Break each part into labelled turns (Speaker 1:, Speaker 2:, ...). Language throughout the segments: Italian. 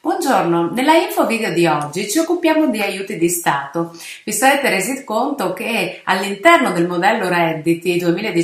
Speaker 1: Buongiorno, nella info video di oggi ci occupiamo di aiuti di Stato. Vi sarete resi conto che all'interno del modello redditi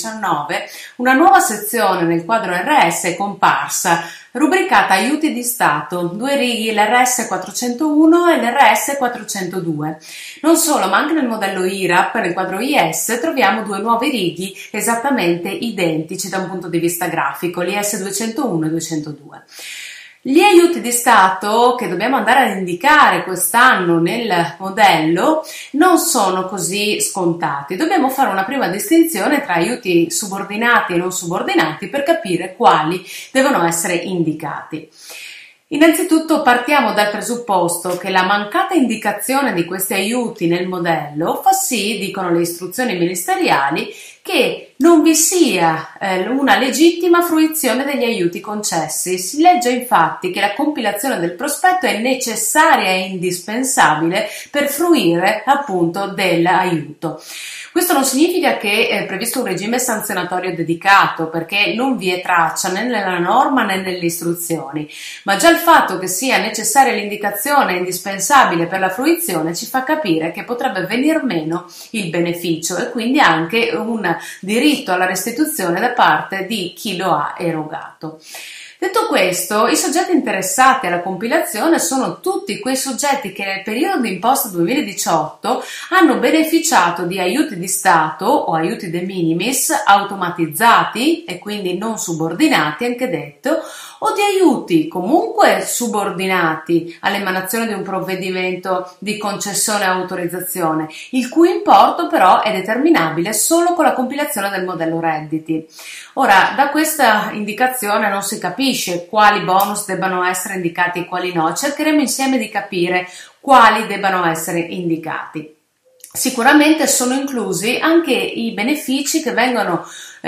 Speaker 1: 2019 una nuova sezione nel quadro RS è comparsa, rubricata aiuti di Stato, due righe l'RS 401 e l'RS 402. Non solo, ma anche nel modello IRAP, nel quadro IS, troviamo due nuovi righi esattamente identici da un punto di vista grafico, l'IS 201 e 202. Gli aiuti di Stato che dobbiamo andare ad indicare quest'anno nel modello non sono così scontati. Dobbiamo fare una prima distinzione tra aiuti subordinati e non subordinati per capire quali devono essere indicati. Innanzitutto partiamo dal presupposto che la mancata indicazione di questi aiuti nel modello fa sì, dicono le istruzioni ministeriali, che non vi sia una legittima fruizione degli aiuti concessi. Si legge infatti che la compilazione del prospetto è necessaria e indispensabile per fruire appunto dell'aiuto. Questo non significa che è previsto un regime sanzionatorio dedicato, perché non vi è traccia né nella norma né nelle istruzioni, ma già il fatto che sia necessaria l'indicazione indispensabile per la fruizione ci fa capire che potrebbe venir meno il beneficio e quindi anche un diritto alla restituzione da parte di chi lo ha erogato. Detto questo, i soggetti interessati alla compilazione sono tutti quei soggetti che nel periodo di imposta 2018 hanno beneficiato di aiuti di Stato o aiuti de minimis automatizzati e quindi non subordinati, anche detto, o di aiuti comunque subordinati all'emanazione di un provvedimento di concessione e autorizzazione, il cui importo però è determinabile solo con la compilazione del modello redditi. Ora, da questa indicazione non si capisce quali bonus debbano essere indicati e quali no. Cercheremo insieme di capire quali debbano essere indicati. Sicuramente sono inclusi anche i benefici che vengono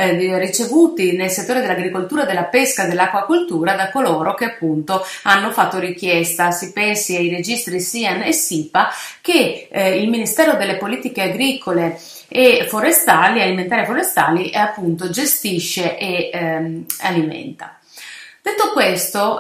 Speaker 1: ricevuti nel settore dell'agricoltura, della pesca e dell'acquacoltura da coloro che appunto hanno fatto richiesta. Si pensi ai registri SIAN e SIPA che il Ministero delle Politiche Agricole e Forestali, Alimentari e Forestali, appunto gestisce e alimenta. Detto questo,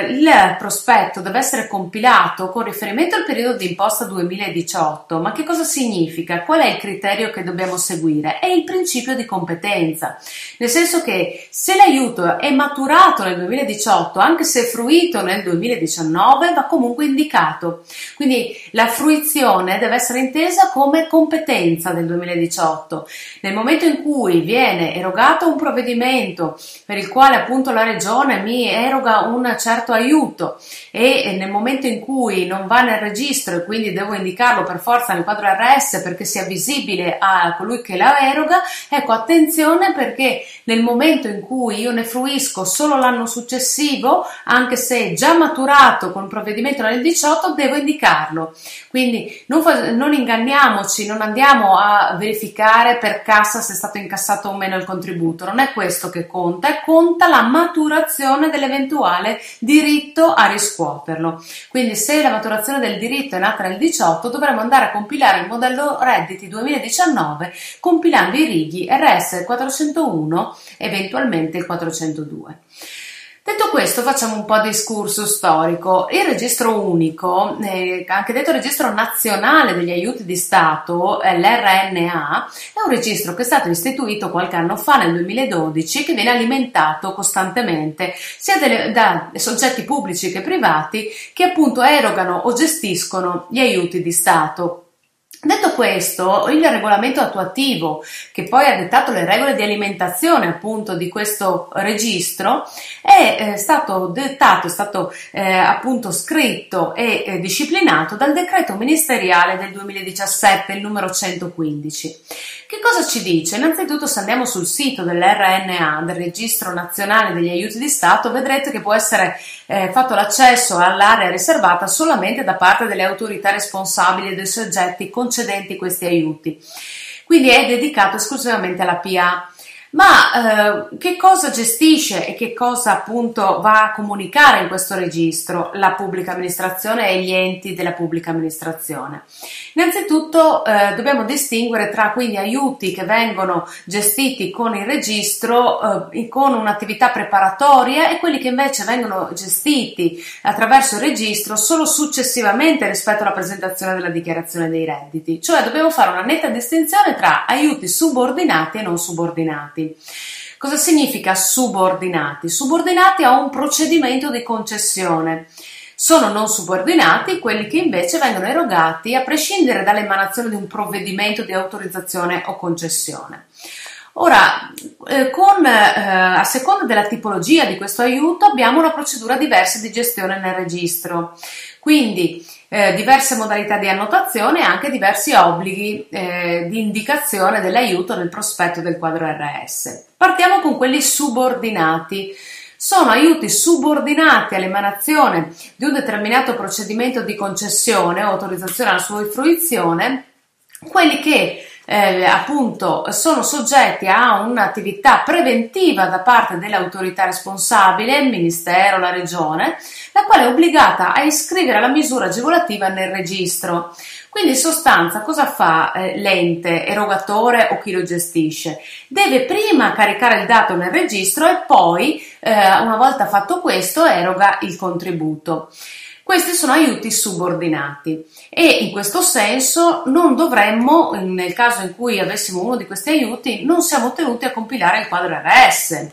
Speaker 1: il prospetto deve essere compilato con riferimento al periodo di imposta 2018, ma che cosa significa? Qual è il criterio che dobbiamo seguire? È il principio di competenza, nel senso che se l'aiuto è maturato nel 2018, anche se è fruito nel 2019, va comunque indicato. Quindi la fruizione deve essere intesa come competenza del 2018. Nel momento in cui viene erogato un provvedimento per il quale appunto la regione mi eroga un certo aiuto e nel momento in cui non va nel registro e quindi devo indicarlo per forza nel quadro RS perché sia visibile a colui che la eroga, ecco, attenzione, perché nel momento in cui io ne fruisco solo l'anno successivo, anche se è già maturato con un provvedimento nel 18, devo indicarlo. Quindi non inganniamoci, non andiamo a verificare per cassa se è stato incassato o meno il contributo, non è questo che conta, conta la maturazione dell'eventuale diritto a riscuoterlo. Quindi se la maturazione del diritto è nata nel 18, dovremo andare a compilare il modello redditi 2019 compilando i righi RS 401 eventualmente il 402. Detto questo, facciamo un po' di excursus storico. Il registro unico, anche detto registro nazionale degli aiuti di Stato, l'RNA, è un registro che è stato istituito qualche anno fa, nel 2012, che viene alimentato costantemente sia da soggetti pubblici che privati che appunto erogano o gestiscono gli aiuti di Stato. Detto questo, il regolamento attuativo che poi ha dettato le regole di alimentazione appunto di questo registro è stato dettato, è stato appunto scritto e disciplinato dal decreto ministeriale del 2017, il numero 115. Che cosa ci dice? Innanzitutto, se andiamo sul sito dell'RNA, del Registro Nazionale degli Aiuti di Stato, vedrete che può essere fatto l'accesso all'area riservata solamente da parte delle autorità responsabili e dei soggetti concedenti questi aiuti. Quindi è dedicato esclusivamente alla PA. Ma che cosa gestisce e che cosa appunto va a comunicare in questo registro la pubblica amministrazione e gli enti della pubblica amministrazione? Innanzitutto dobbiamo distinguere tra quindi aiuti che vengono gestiti con il registro con un'attività preparatoria e quelli che invece vengono gestiti attraverso il registro solo successivamente rispetto alla presentazione della dichiarazione dei redditi. Cioè dobbiamo fare una netta distinzione tra aiuti subordinati e non subordinati. Cosa significa subordinati? Subordinati a un procedimento di concessione. Sono non subordinati quelli che invece vengono erogati a prescindere dall'emanazione di un provvedimento di autorizzazione o concessione. Ora, a seconda della tipologia di questo aiuto abbiamo una procedura diversa di gestione nel registro, quindi diverse modalità di annotazione e anche diversi obblighi di indicazione dell'aiuto nel prospetto del quadro RS. Partiamo con quelli subordinati. Sono aiuti subordinati all'emanazione di un determinato procedimento di concessione o autorizzazione alla sua fruizione, quelli che appunto sono soggetti a un'attività preventiva da parte dell'autorità responsabile, il Ministero, la Regione, la quale è obbligata a iscrivere la misura agevolativa nel registro. Quindi in sostanza cosa fa l'ente erogatore o chi lo gestisce? Deve prima caricare il dato nel registro e poi, una volta fatto questo, eroga il contributo. Questi sono aiuti subordinati e in questo senso non dovremmo, nel caso in cui avessimo uno di questi aiuti, non siamo tenuti a compilare il quadro RS.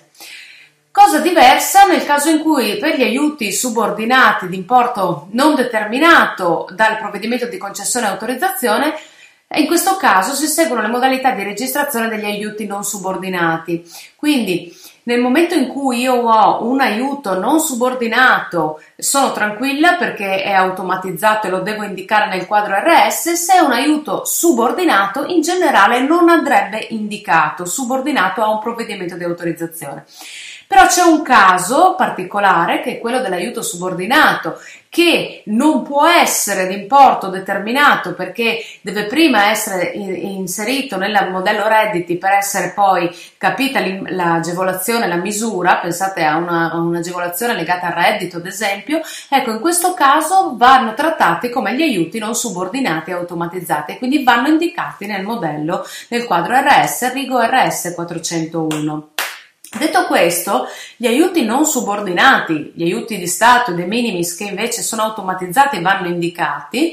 Speaker 1: Cosa diversa nel caso in cui per gli aiuti subordinati di importo non determinato dal provvedimento di concessione e autorizzazione, in questo caso si seguono le modalità di registrazione degli aiuti non subordinati. Quindi nel momento in cui io ho un aiuto non subordinato, sono tranquilla perché è automatizzato e lo devo indicare nel quadro RS. Se è un aiuto subordinato, in generale non andrebbe indicato, subordinato a un provvedimento di autorizzazione. Però c'è un caso particolare che è quello dell'aiuto subordinato, che non può essere di importo determinato perché deve prima essere inserito nel modello redditi per essere poi capita l'agevolazione, la misura. Pensate a un'agevolazione legata al reddito ad esempio. Ecco, in questo caso vanno trattati come gli aiuti non subordinati automatizzati e quindi vanno indicati nel modello, nel quadro RS, Rigo RS 401. Detto questo, gli aiuti non subordinati, gli aiuti di Stato, de minimis che invece sono automatizzati e vanno indicati,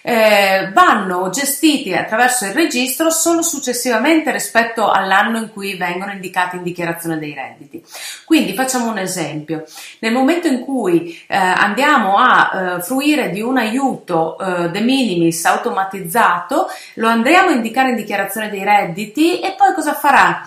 Speaker 1: vanno gestiti attraverso il registro solo successivamente rispetto all'anno in cui vengono indicati in dichiarazione dei redditi. Quindi facciamo un esempio: nel momento in cui andiamo a fruire di un aiuto de minimis automatizzato, lo andremo a indicare in dichiarazione dei redditi e poi cosa farà?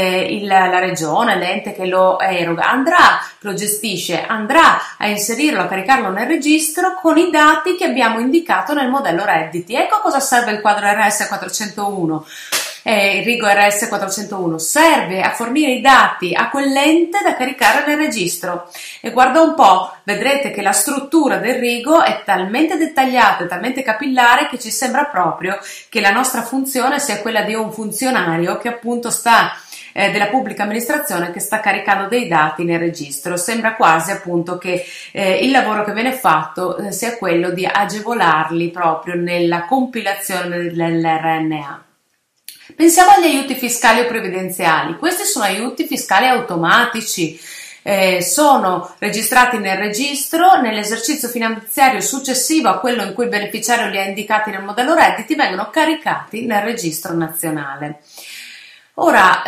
Speaker 1: La regione, l'ente che lo eroga, lo gestisce, andrà a inserirlo, a caricarlo nel registro con i dati che abbiamo indicato nel modello redditi. Ecco a cosa serve il quadro RS 401. Il Rigo RS 401 serve a fornire i dati a quell'ente da caricare nel registro e guarda un po', vedrete che la struttura del Rigo è talmente dettagliata e talmente capillare che ci sembra proprio che la nostra funzione sia quella di un funzionario che appunto della pubblica amministrazione che sta caricando dei dati nel registro. Sembra quasi appunto che il lavoro che viene fatto sia quello di agevolarli proprio nella compilazione dell'RNA. Pensiamo agli aiuti fiscali o previdenziali. Questi sono aiuti fiscali automatici, sono registrati nel registro, nell'esercizio finanziario successivo a quello in cui il beneficiario li ha indicati nel modello redditi, vengono caricati nel registro nazionale. Ora,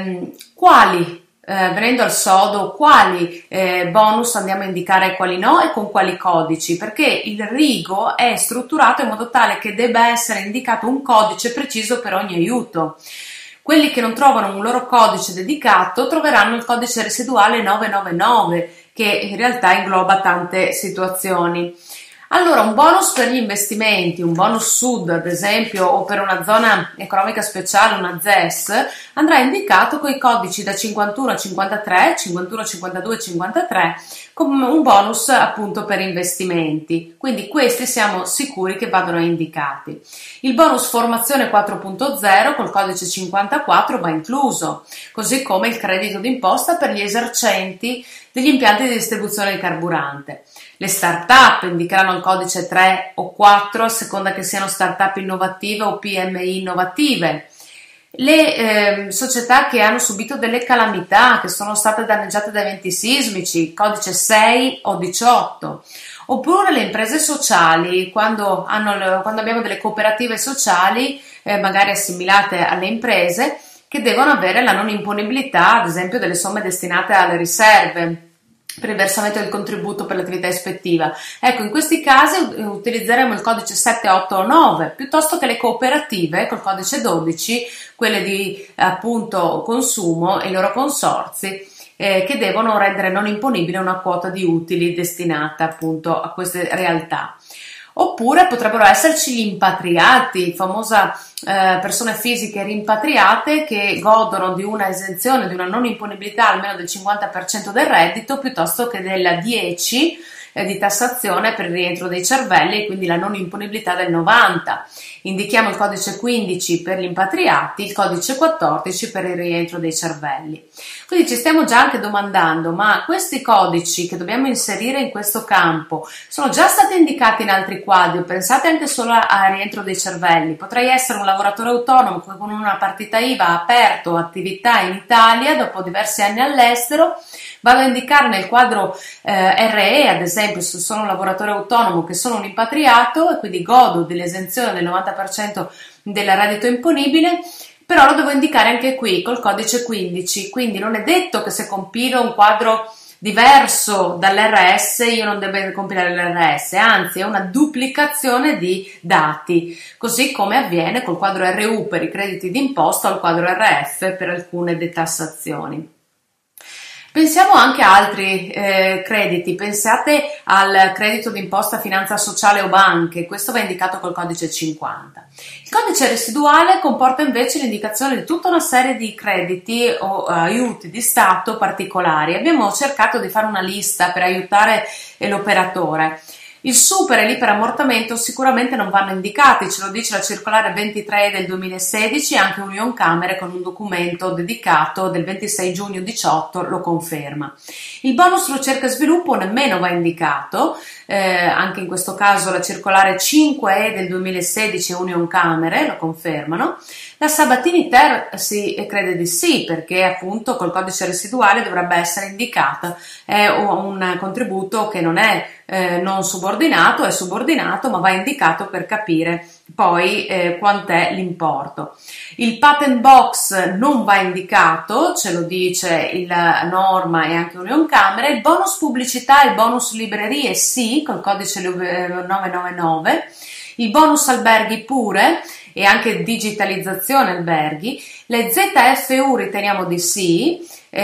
Speaker 1: venendo al sodo, quali bonus andiamo a indicare e quali no e con quali codici? Perché il Rigo è strutturato in modo tale che debba essere indicato un codice preciso per ogni aiuto. Quelli che non trovano un loro codice dedicato troveranno il codice residuale 999, che in realtà ingloba tante situazioni. Allora, un bonus per gli investimenti, un bonus sud ad esempio, o per una zona economica speciale, una ZES, andrà indicato con i codici da 51 a 53, 51, 52 e 53, come un bonus appunto per investimenti. Quindi questi siamo sicuri che vadano indicati. Il bonus formazione 4.0 col codice 54 va incluso, così come il credito d'imposta per gli esercenti degli impianti di distribuzione di carburante. Le start-up indicheranno il codice 3 o 4 a seconda che siano start-up innovative o PMI innovative. Le società che hanno subito delle calamità, che sono state danneggiate da eventi sismici, codice 6 o 18. Oppure le imprese sociali, quando abbiamo delle cooperative sociali, magari assimilate alle imprese, che devono avere la non imponibilità, ad esempio, delle somme destinate alle riserve per il versamento del contributo per l'attività ispettiva. Ecco, in questi casi utilizzeremo il codice 7, 8 o 9, piuttosto che le cooperative col codice 12, quelle di appunto consumo e i loro consorzi, che devono rendere non imponibile una quota di utili destinata appunto a queste realtà. Oppure potrebbero esserci gli impatriati, famosa persone fisiche rimpatriate che godono di una esenzione, di una non imponibilità almeno del 50% del reddito, piuttosto che del 10% di tassazione per il rientro dei cervelli, e quindi la non imponibilità del 90%. Indichiamo il codice 15 per gli impatriati, il codice 14 per il rientro dei cervelli. Quindi ci stiamo già anche domandando, ma questi codici che dobbiamo inserire in questo campo sono già stati indicati in altri quadri? Pensate anche solo al rientro dei cervelli. Potrei essere un lavoratore autonomo con una partita IVA, ha aperto attività in Italia dopo diversi anni all'estero, vado a indicare nel quadro RE, ad esempio, se sono un lavoratore autonomo che sono un impatriato e quindi godo dell'esenzione del 90% del reddito imponibile, però lo devo indicare anche qui col codice 15, quindi non è detto che se compilo un quadro diverso dall'RS io non debba compilare l'RS, anzi è una duplicazione di dati, così come avviene col quadro RU per i crediti d'imposta o il quadro RF per alcune detassazioni. Pensiamo anche a altri crediti, pensate al credito d'imposta finanza sociale o banche, questo va indicato col codice 50. Il codice residuale comporta invece l'indicazione di tutta una serie di crediti o aiuti di Stato particolari. Abbiamo cercato di fare una lista per aiutare l'operatore. Il super e l'iperammortamento sicuramente non vanno indicati, ce lo dice la circolare 23 del 2016, anche Unioncamere con un documento dedicato del 26 giugno 18 lo conferma. Il bonus ricerca e sviluppo nemmeno va indicato, anche in questo caso la circolare 5E del 2016 e Unioncamere lo confermano. La Sabatini Ter si crede di sì, perché appunto col codice residuale dovrebbe essere indicata, è un contributo che non è non subordinato, è subordinato, ma va indicato per capire poi quant'è l'importo. Il patent box non va indicato, ce lo dice la norma e anche Unioncamere. Il bonus pubblicità e il bonus librerie sì, col codice 999. Il bonus alberghi pure, e anche digitalizzazione alberghi. Le ZFU riteniamo di sì,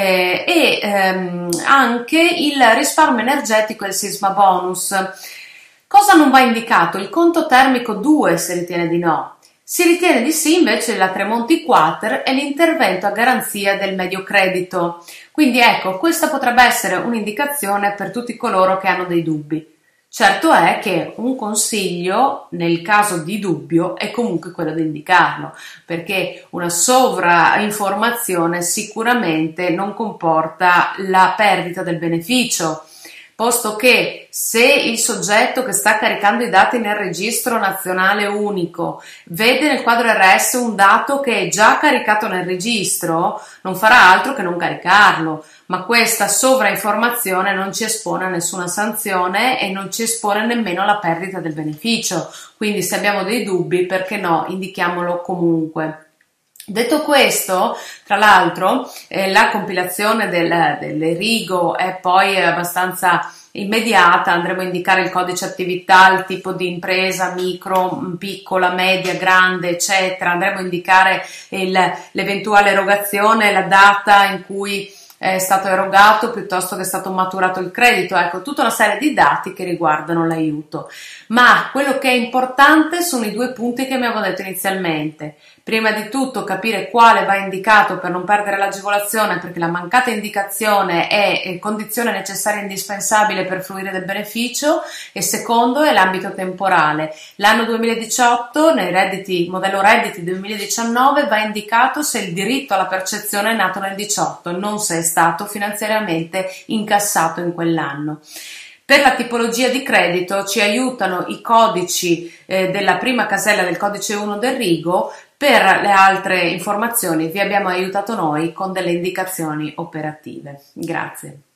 Speaker 1: anche il risparmio energetico e il sisma bonus. Cosa non va indicato? Il conto termico 2 si ritiene di no. Si ritiene di sì invece la Tremonti Quater e l'intervento a garanzia del medio credito. Quindi ecco, questa potrebbe essere un'indicazione per tutti coloro che hanno dei dubbi. Certo è che un consiglio, nel caso di dubbio, è comunque quello di indicarlo, perché una sovrainformazione sicuramente non comporta la perdita del beneficio, posto che se il soggetto che sta caricando i dati nel registro nazionale unico vede nel quadro RS un dato che è già caricato nel registro, non farà altro che non caricarlo, ma questa sovrainformazione non ci espone a nessuna sanzione e non ci espone nemmeno alla perdita del beneficio, quindi se abbiamo dei dubbi, perché no, indichiamolo comunque. Detto questo, tra l'altro, la compilazione del RIGO è poi abbastanza immediata, andremo a indicare il codice attività, il tipo di impresa, micro, piccola, media, grande, eccetera, andremo a indicare l'eventuale erogazione, la data in cui è stato erogato piuttosto che è stato maturato il credito, ecco, tutta una serie di dati che riguardano l'aiuto. Ma quello che è importante sono i due punti che abbiamo detto inizialmente. Prima di tutto capire quale va indicato per non perdere l'agevolazione, perché la mancata indicazione è condizione necessaria e indispensabile per fruire del beneficio, e secondo è l'ambito temporale. L'anno 2018 nei redditi, modello redditi 2019, va indicato se il diritto alla percezione è nato nel 18, non se è stato finanziariamente incassato in quell'anno. Per la tipologia di credito ci aiutano i codici della prima casella del codice 1 del RIGO. Per le altre informazioni vi abbiamo aiutato noi con delle indicazioni operative. Grazie.